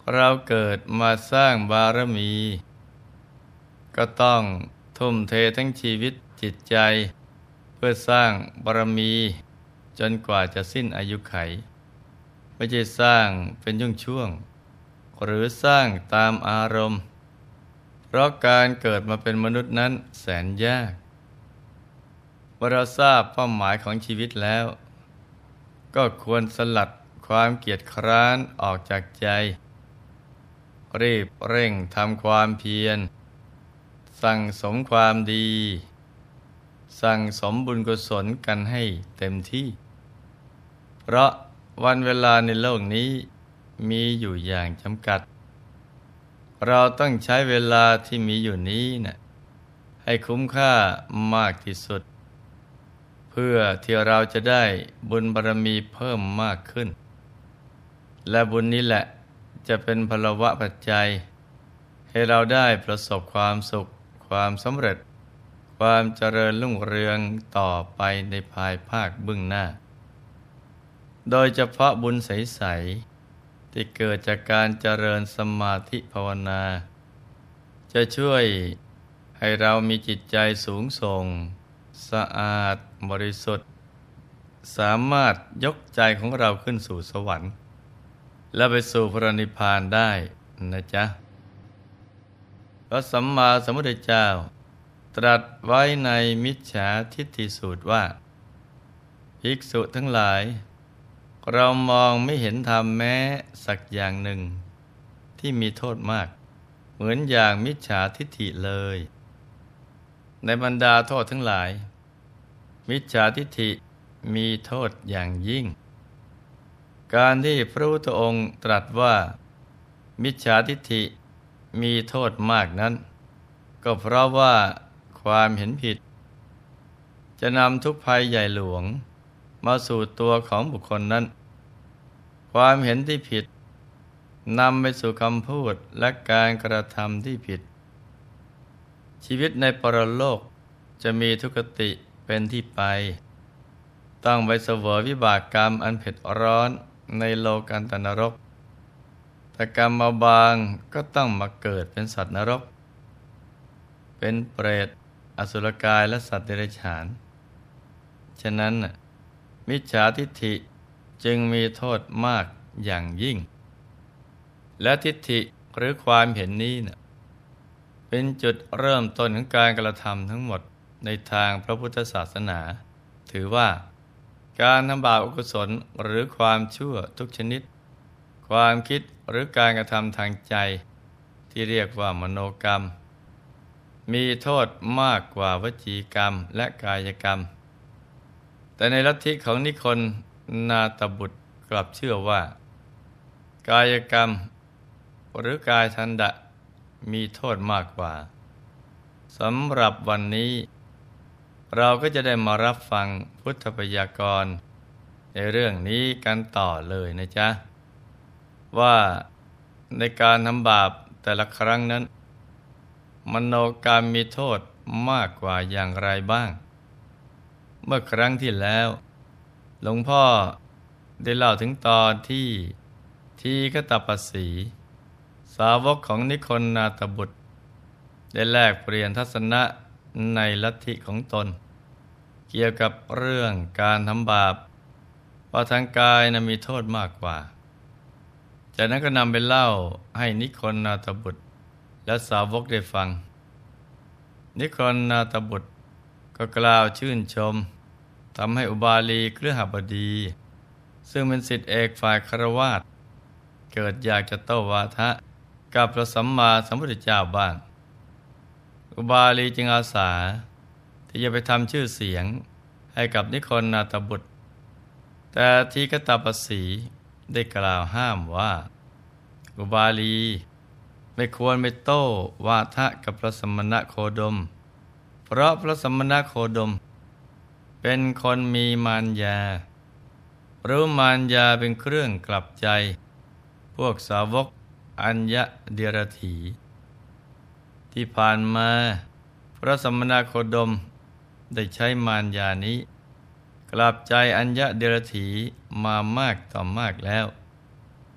เราเกิดมาสร้างบารมี ก็ต้องทุ่มเททั้งชีวิตจิตใจเพื่อสร้างบารมีจนกว่าจะสิ้นอายุไขไม่ใช่สร้างเป็นช่วงๆหรือสร้างตามอารมณ์เพราะการเกิดมาเป็นมนุษย์นั้นแสนยากเมื่อเราทราบเป้าหมายของชีวิตแล้วก็ควรสลัดความเกียจคร้านออกจากใจรีบเร่งทำความเพียรสั่งสมความดีสั่งสมบุญกุศลกันให้เต็มที่เพราะวันเวลาในโลกนี้มีอยู่อย่างจำกัดเราต้องใช้เวลาที่มีอยู่นี้ให้คุ้มค่ามากที่สุดเพื่อที่เราจะได้บุญบารมีเพิ่มมากขึ้นและบุญนี้แหละจะเป็นพลวะปัจจัยให้เราได้ประสบความสุขความสำเร็จความเจริญรุ่งเรืองต่อไปในภายภาคเบื้องหน้าโดยเฉพาะบุญใสๆที่เกิดจากการเจริญสมาธิภาวนาจะช่วยให้เรามีจิตใจสูงส่งสะอาดบริสุทธิ์สามารถยกใจของเราขึ้นสู่สวรรค์และไปสู่พระนิพพานได้นะจ๊ะพระสัมมาสัมพุทธเจ้าตรัสไว้ในมิจฉาทิฏฐิสูตรว่าภิกษุทั้งหลายเรามองไม่เห็นธรรมแม้สักอย่างหนึ่งที่มีโทษมากเหมือนอย่างมิจฉาทิฏฐิเลยในบรรดาโทษทั้งหลายมิจฉาทิฏฐิมีโทษอย่างยิ่งการที่พระพุทธองค์ตรัสว่ามิจฉาทิฏฐิมีโทษมากนั้นก็เพราะว่าความเห็นผิดจะนำทุกภัยใหญ่หลวงมาสู่ตัวของบุคคลนั้นความเห็นที่ผิดนำไปสู่คำพูดและการกระทำที่ผิดชีวิตในปรโลกจะมีทุกขติเป็นที่ไปต้องไปเสวยวิบากกรรมอันเผ็ดร้อนในโลกันตนรกแต่กรรมมาบางก็ต้องมาเกิดเป็นสัตว์นรกเป็นเปรตอสุรกายและสัตว์เดรัจฉานฉะนั้นมิจฉาทิฏฐิจึงมีโทษมากอย่างยิ่งและทิฏฐิหรือความเห็นนี้เป็นจุดเริ่มต้นของการกระทำทั้งหมดในทางพระพุทธศาสนาถือว่าการทำบาปอกุศลหรือความชั่วทุกชนิดความคิดหรือการกระทำทางใจที่เรียกว่ามโนกรรมมีโทษมากกว่าวจีกรรมและกายกรรมแต่ในลัทธิของนิครนาตบุตรกลับเชื่อว่ากายกรรมหรือกายทันดะมีโทษมากกว่าสำหรับวันนี้เราก็จะได้มารับฟังพุทธพยากรณ์ในเรื่องนี้กันต่อเลยนะจ๊ะว่าในการทำบาปแต่ละครั้งนั้นมโนกรรมมีโทษมากกว่าอย่างไรบ้างเมื่อครั้งที่แล้วหลวงพ่อได้เล่าถึงตอนที่ทีฆตปัสสีสาวกของนิครนาตบุตรได้แลกเปลี่ยนทัศนะในลัทธิของตนเกี่ยวกับเรื่องการทำบาปว่าทางกายมีโทษมากกว่าจากนั้นก็นำไปเล่าให้นิครนาตบุตรและสาวกได้ฟังนิครนาตบุตรก็กล่าวชื่นชมทำให้อุบาลีเครือหบดีซึ่งเป็นศิษย์เอกฝ่ายคฤหัสถ์เกิดอยากจะโต้วาทะกับพระสัมมาสัมพุทธเจ้าบ้างอุบาลีจึงอาสาที่จะไปทำชื่อเสียงให้กับนิครนาตบุตรแต่ทีฆตปัสสีได้กล่าวห้ามว่าอุบาลีไม่ควรไปโต้วาทะกับพระสมณโคดมเพราะพระสมณโคดมเป็นคนมีมารยารู้มารยาเป็นเครื่องกลับใจพวกสาวกอัญญเดียรถีที่ผ่านมาพระสมณโคดมได้ใช้มารยานี้กลับใจอัญญเดียรถีมามากต่อมากแล้ว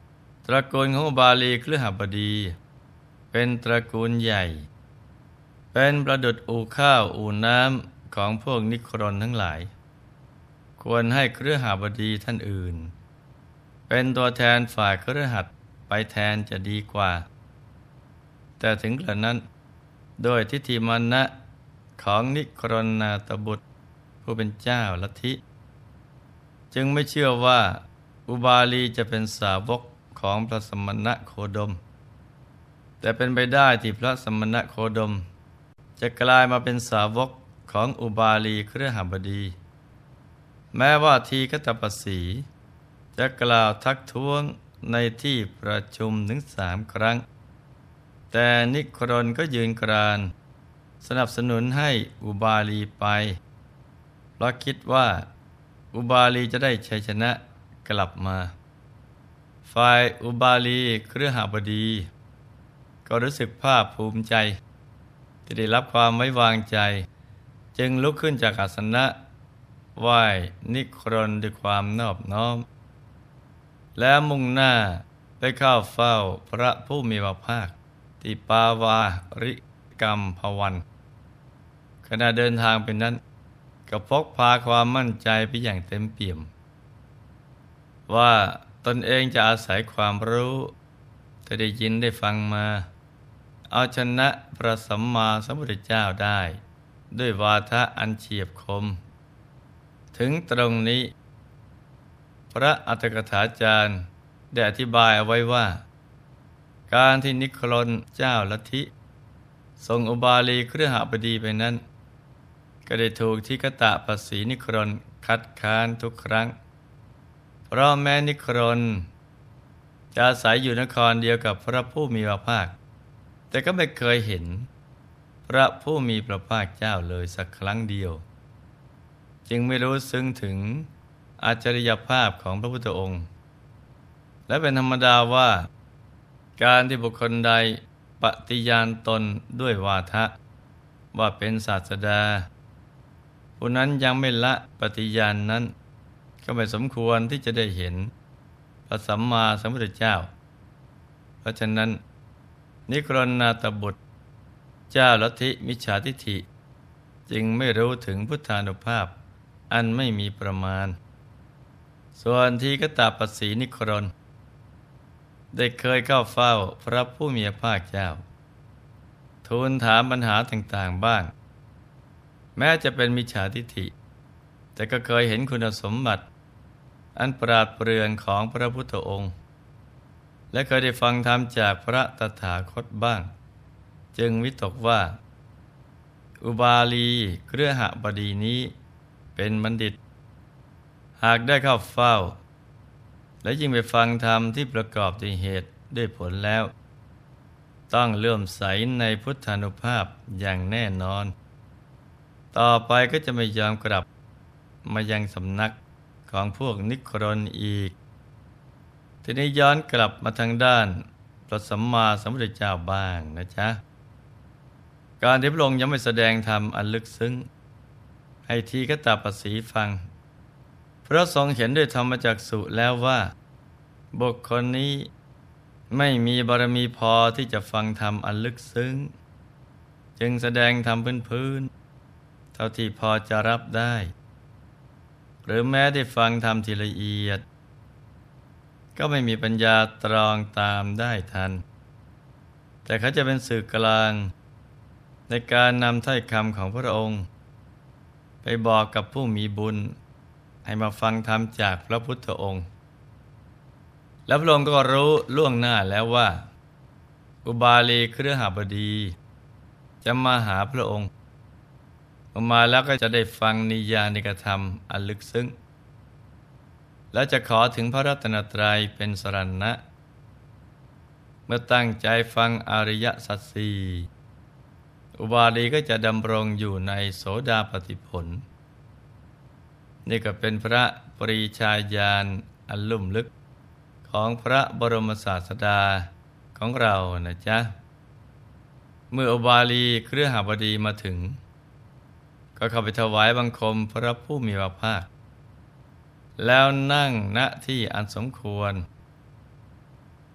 ตระกูลของอุบาลีคฤหบดีเป็นตระกูลใหญ่เป็นประดุจอู่ข้าวอู่น้ำของพวกนิครนทั้งหลายควรให้คฤหบดีท่านอื่นเป็นตัวแทนฝ่ายคฤหัสถ์ไปแทนจะดีกว่าแต่ถึงกระนั้นโดยทิฏฐิมานะของนิครนาตบุตรผู้เป็นเจ้าลัทธิจึงไม่เชื่อว่าอุบาลีจะเป็นสาวกของพระสมณโคดมแต่เป็นไปได้ที่พระสมณโคดมจะกลายมาเป็นสาวกของอุบาลีคฤหบดีแม้ว่าทีฆตปัสสีจะกล่าวทักท้วงในที่ประชุมถึง3 ครั้งแต่นิครนก็ยืนกรานสนับสนุนให้อุบาลีไปเพราะคิดว่าอุบาลีจะได้ชัยชนะกลับมาฝ่ายอุบาลีคฤหบดีก็รู้สึกภาคภูมิใจที่ได้รับความไว้วางใจจึงลุกขึ้นจากอาสนะไหว้นิครนด้วยความนอบน้อมแล้วมุ่งหน้าไปเข้าเฝ้าพระผู้มีพระภาคที่ปาวาริกัมพวันขณะเดินทางเป็นนั้นก็พกพาความมั่นใจไปอย่างเต็มเปี่ยมว่าตนเองจะอาศัยความรู้ที่ได้ยินได้ฟังมาเอาชนะพระสัมมาสัมพุทธเจ้าได้ด้วยวาทะอันเฉียบคมถึงตรงนี้พระอัตถกถาจารย์ได้อธิบายเอาไว้ว่าการที่นิครนเจ้าลัทธิส่งอุบาลีคฤหบดีไปนั้นก็ได้ถูกทิคตปัสสีนิครนคัดค้านทุกครั้งเพราะแม้นิครนจะอาศัยอยู่นครเดียวกับพระผู้มีพระภาคแต่ก็ไม่เคยเห็นพระผู้มีพระภาคเจ้าเลยสักครั้งเดียวจึงไม่รู้ซึ้งถึงอาจริยภาพของพระพุทธองค์และเป็นธรรมดาว่าการที่บุคคลใดปฏิญาณตนด้วยวาทะว่าเป็นศาสดาผู้นั้นยังไม่ละปฏิญาณนั้นก็ไม่สมควรที่จะได้เห็นพระสัมมาสัมพุทธเจ้าเพราะฉะนั้นนิครนาตบุตรเจ้าลัทธิมิจฉาทิฏฐิจึงไม่รู้ถึงพุทธานุภาพอันไม่มีประมาณส่วนทีฆตปัสสีนิครนได้เคยเข้าเฝ้าพระผู้มีพระภาคเจ้าทูลถามปัญหาต่างๆบ้างแม้จะเป็นมิจฉาทิฏฐิแต่ก็เคยเห็นคุณสมบัติอันปราดเปรื่องของพระพุทธองค์และเคยได้ฟังธรรมจากพระตถาคตบ้างจึงวิตกว่าอุบาลีคฤหบดีนี้เป็นบัณฑิตหากได้เข้าเฝ้าและยิ่งไปฟังธรรมที่ประกอบด้วยเหตุด้วยผลแล้วต้องเลื่อมใสในพุทธานุภาพอย่างแน่นอนต่อไปก็จะไม่ยอมกลับมายังสำนักของพวกนิครนอีกทีนี้ย้อนกลับมาทางด้านพระสัมมาสัมพุทธเจ้าบ้างนะจ๊ะการที่พระองค์ยังไม่แสดงธรรมอันลึกซึ้งให้ทีฆตปัสสีฟังเพราะทรงเห็นด้วยธรรมจักษุแล้วว่าบุคคลนี้ไม่มีบารมีพอที่จะฟังธรรมอันลึกซึ้งจึงแสดงธรรมพื้นๆเท่าที่พอจะรับได้หรือแม้ได้ฟังธรรมที่ละเอียดก็ไม่มีปัญญาตรองตามได้ทันแต่เขาจะเป็นสื่อกลางในการนำถ้อยคำของพระองค์ไปบอกกับผู้มีบุญให้มาฟังธรรมจากพระพุทธองค์แล้วพระองค์ก็รู้ล่วงหน้าแล้วว่าอุบาลีคฤหบดีจะมาหาพระองค์มาแล้วก็จะได้ฟังนิยานิกธรรมอันลึกซึ้งและจะขอถึงพระรัตนตรัยเป็นสรณะเมื่อตั้งใจฟังอริยสัจสี่อุบาลีก็จะดำรงอยู่ในโสดาปัตติผลนี่ก็เป็นพระปรีชาญาณอันลุ่มลึกของพระบรมศาสดาของเรานะจ๊ะเมื่ออุบาลีคฤหบดีมาถึงก็เข้าไปถวายบังคมพระผู้มีพระภาคแล้วนั่งณที่อันสมควร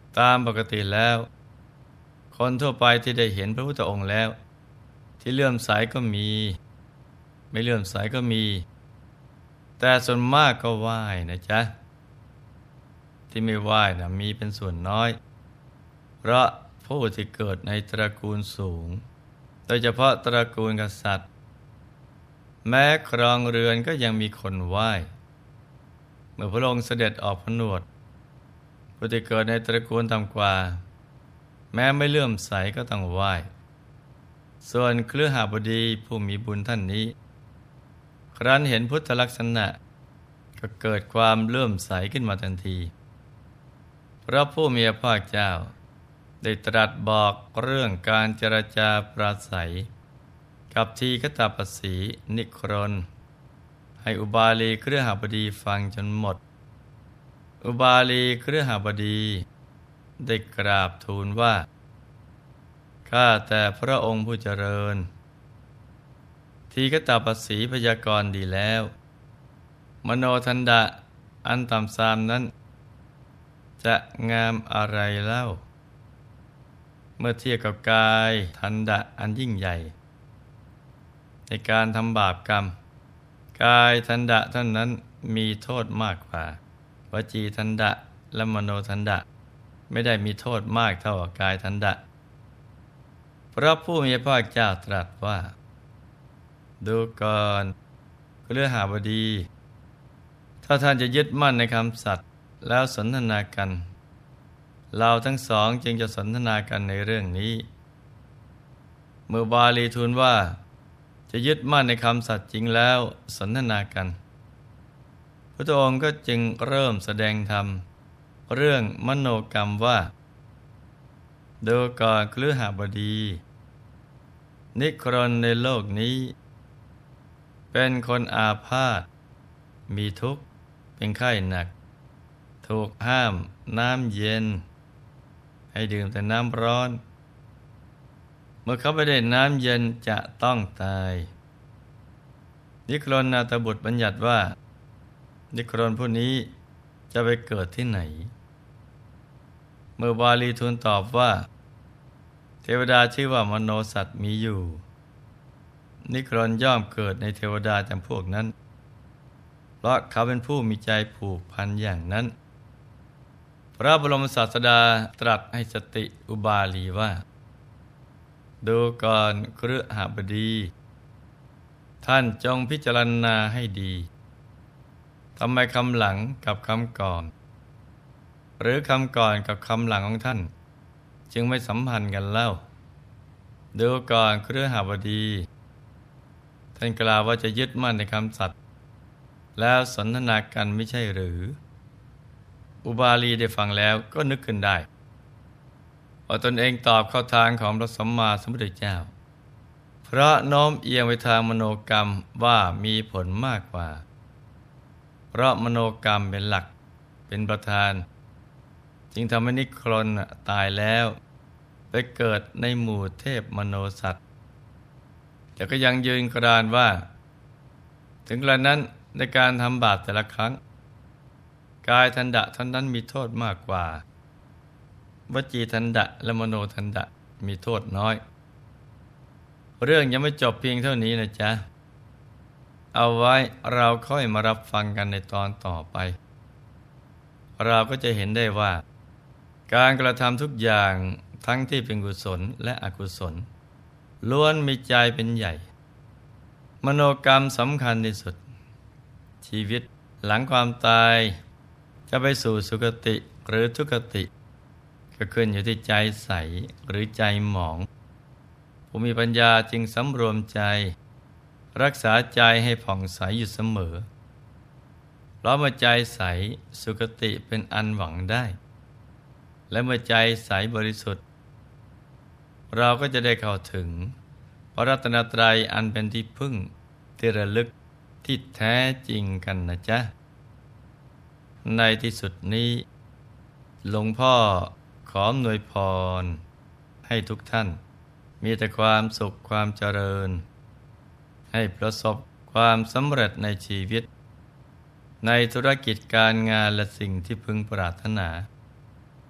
ตามปกติแล้ว คนทั่วไปที่ได้เห็นพระพุทธองค์แล้ว ที่เลื่อมใสก็มี ไม่เลื่อมใสก็มี แต่ส่วนมากก็ไหว้นะจ๊ะที่ไม่ไหว้นะมีเป็นส่วนน้อย เพราะผู้ที่เกิดในตระกูลสูง โดยเฉพาะตระกูลกษัตริย์ แม้ครองเรือนก็ยังมีคนไหว้ เมื่อพระองค์เสด็จออกผนวดผู้ที่เกิดในตระกูลต่ำกว่า แม้ไม่เลื่อมใสก็ต้องไหว้ ส่วนคฤหบดีผู้มีบุญท่านนี้ ครั้นเห็นพุทธลักษณะก็เกิดความเลื่อมใสขึ้นมาทันที เพราะผู้มีพระภาคเจ้าได้ตรัสบอกเรื่องการเจรจาปราศัยกับทีฆตปัสสีนิครนให้อุบาลีคฤหบดีฟังจนหมด อุบาลีคฤหบดีได้กราบทูลว่า ข้าแต่พระองค์ผู้เจริญ ทีฆตปัสสีพยากรณ์ดีแล้ว มโนทันดะอันต่ำทรามนั้นจะงามอะไรเล่า เมื่อเทียบกับกายทันดะอันยิ่งใหญ่ในการทำบาปกรรม กายทันดะเท่านั้นมีโทษมากกว่าวจีทันดะและมโนทันดะไม่ได้มีโทษมากเท่ากับกายทันดะเพราะผู้มีพระภาคเจ้าตรัสว่า ดูก่อนฤหบดี ถ้าท่านจะยึดมั่นในคำสัตย์แล้วสนทนากัน เราทั้งสองจึงจะสนทนากันในเรื่องนี้ เมื่อบาลีทูลว่าจะยึดมั่นในคำสัตย์จริงแล้วสนทนากันพระองค์ก็จึงเริ่มแสดงธรรมเรื่องมโนกรรมว่าดูก่อนคฤหบดี นิครนในโลกนี้ เป็นคนอาพาธมีทุกข์เป็นไข้หนักถูกห้ามน้ำเย็นให้ดื่มแต่น้ำร้อนเมื่อเขาไปได้น้ำเย็นจะต้องตายนิครนนาถบุตรบัญญัติว่านิครนผู้นี้จะไปเกิดที่ไหนเมื่อบาลีทูลตอบว่าเทวดาชื่อว่ามโนสัตว์มีอยู่นิครนย่อมเกิดในเทวดาจำพวกนั้นเพราะเขาเป็นผู้มีใจผูกพันอย่างนั้นพระบรมศาสดาตรัสให้สติอุบาลีว่าดูก่อนคฤหบดี ท่านจงพิจารณาให้ดีทำไมคำหลังกับคำก่อนหรือคำก่อนกับคำหลังของท่านจึงไม่สัมพันธ์กันเล่าดูก่อนคฤหบดี ท่านกล่าวว่าจะยึดมั่นในคำสัตย์แล้วสนทนากันไม่ใช่หรืออุบาลีได้ฟังแล้วก็นึกขึ้นได้ว่าตนเองตอบเข้าทางของพระสัมมาสัมพุทธเจ้าเพราะโน้มเอียงไปทางมโนกรรมว่ามีผลมากกว่าเพราะมโนกรรมเป็นหลักเป็นประธานจึงทำให้นิครนตายแล้วไปเกิดในหมู่เทพมโนสัตว์แต่ก็ยังยืนกรานว่าถึงกระนั้นในการทำบาปแต่ละครั้งกายทันดะท่านนั้นมีโทษมากกว่าวจีทันดะและมโนทันดะมีโทษน้อยเรื่องยังไม่จบเพียงเท่านี้นะจ๊ะเอาไว้เราค่อยมารับฟังกันในตอนต่อไปเราก็จะเห็นได้ว่าการกระทำทุกอย่างทั้งที่เป็นกุศลและอกุศลล้วนมีใจเป็นใหญ่มโนกรรมสำคัญที่สุดชีวิตหลังความตายจะไปสู่สุคติหรือทุกติก็ขึ้นอยู่ที่ใจใสหรือใจหมองผู้มีปัญญาจึงสำรวมใจรักษาใจให้ผ่องใสอยู่เสมอเพราะเมื่อใจใสสุคติเป็นอันหวังได้และเมื่อใจใสบริสุทธิ์เราก็จะได้เข้าถึงพระรัตนตรัยอันเป็นที่พึ่งที่ระลึกที่แท้จริงกันนะจ๊ะในที่สุดนี้หลวงพ่อขออำนวยพรให้ทุกท่านมีแต่ความสุขความเจริญให้ประสบความสำเร็จในชีวิตในธุรกิจการงานและสิ่งที่พึงปรารถนา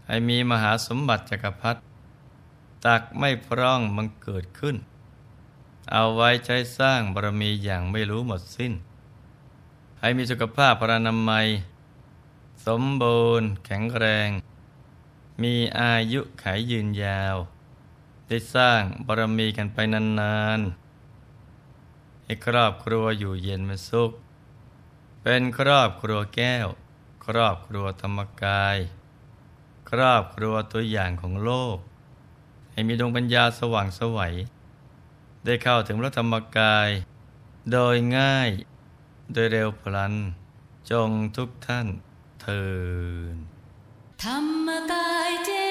ให้มีมหาสมบัติจักรพรรดิตักไม่พร่องบังเกิดขึ้นเอาไว้ใช้สร้างบารมีอย่างไม่รู้หมดสิ้นให้มีสุขภาพพรรณนามัยสมบูรณ์แข็งแรงมีอายุขัยยืนยาวได้สร้างบารมีกันไปนานๆให้ครอบครัวอยู่เย็นเป็นสุขเป็นครอบครัวแก้วครอบครัวธรรมกายครอบครัวตัวอย่างของโลกให้มีดวงปัญญาสว่างไสวได้เข้าถึงพระธรรมกายโดยง่ายโดยเร็วพลันจงทุกท่านเทอญธรรมกายเจ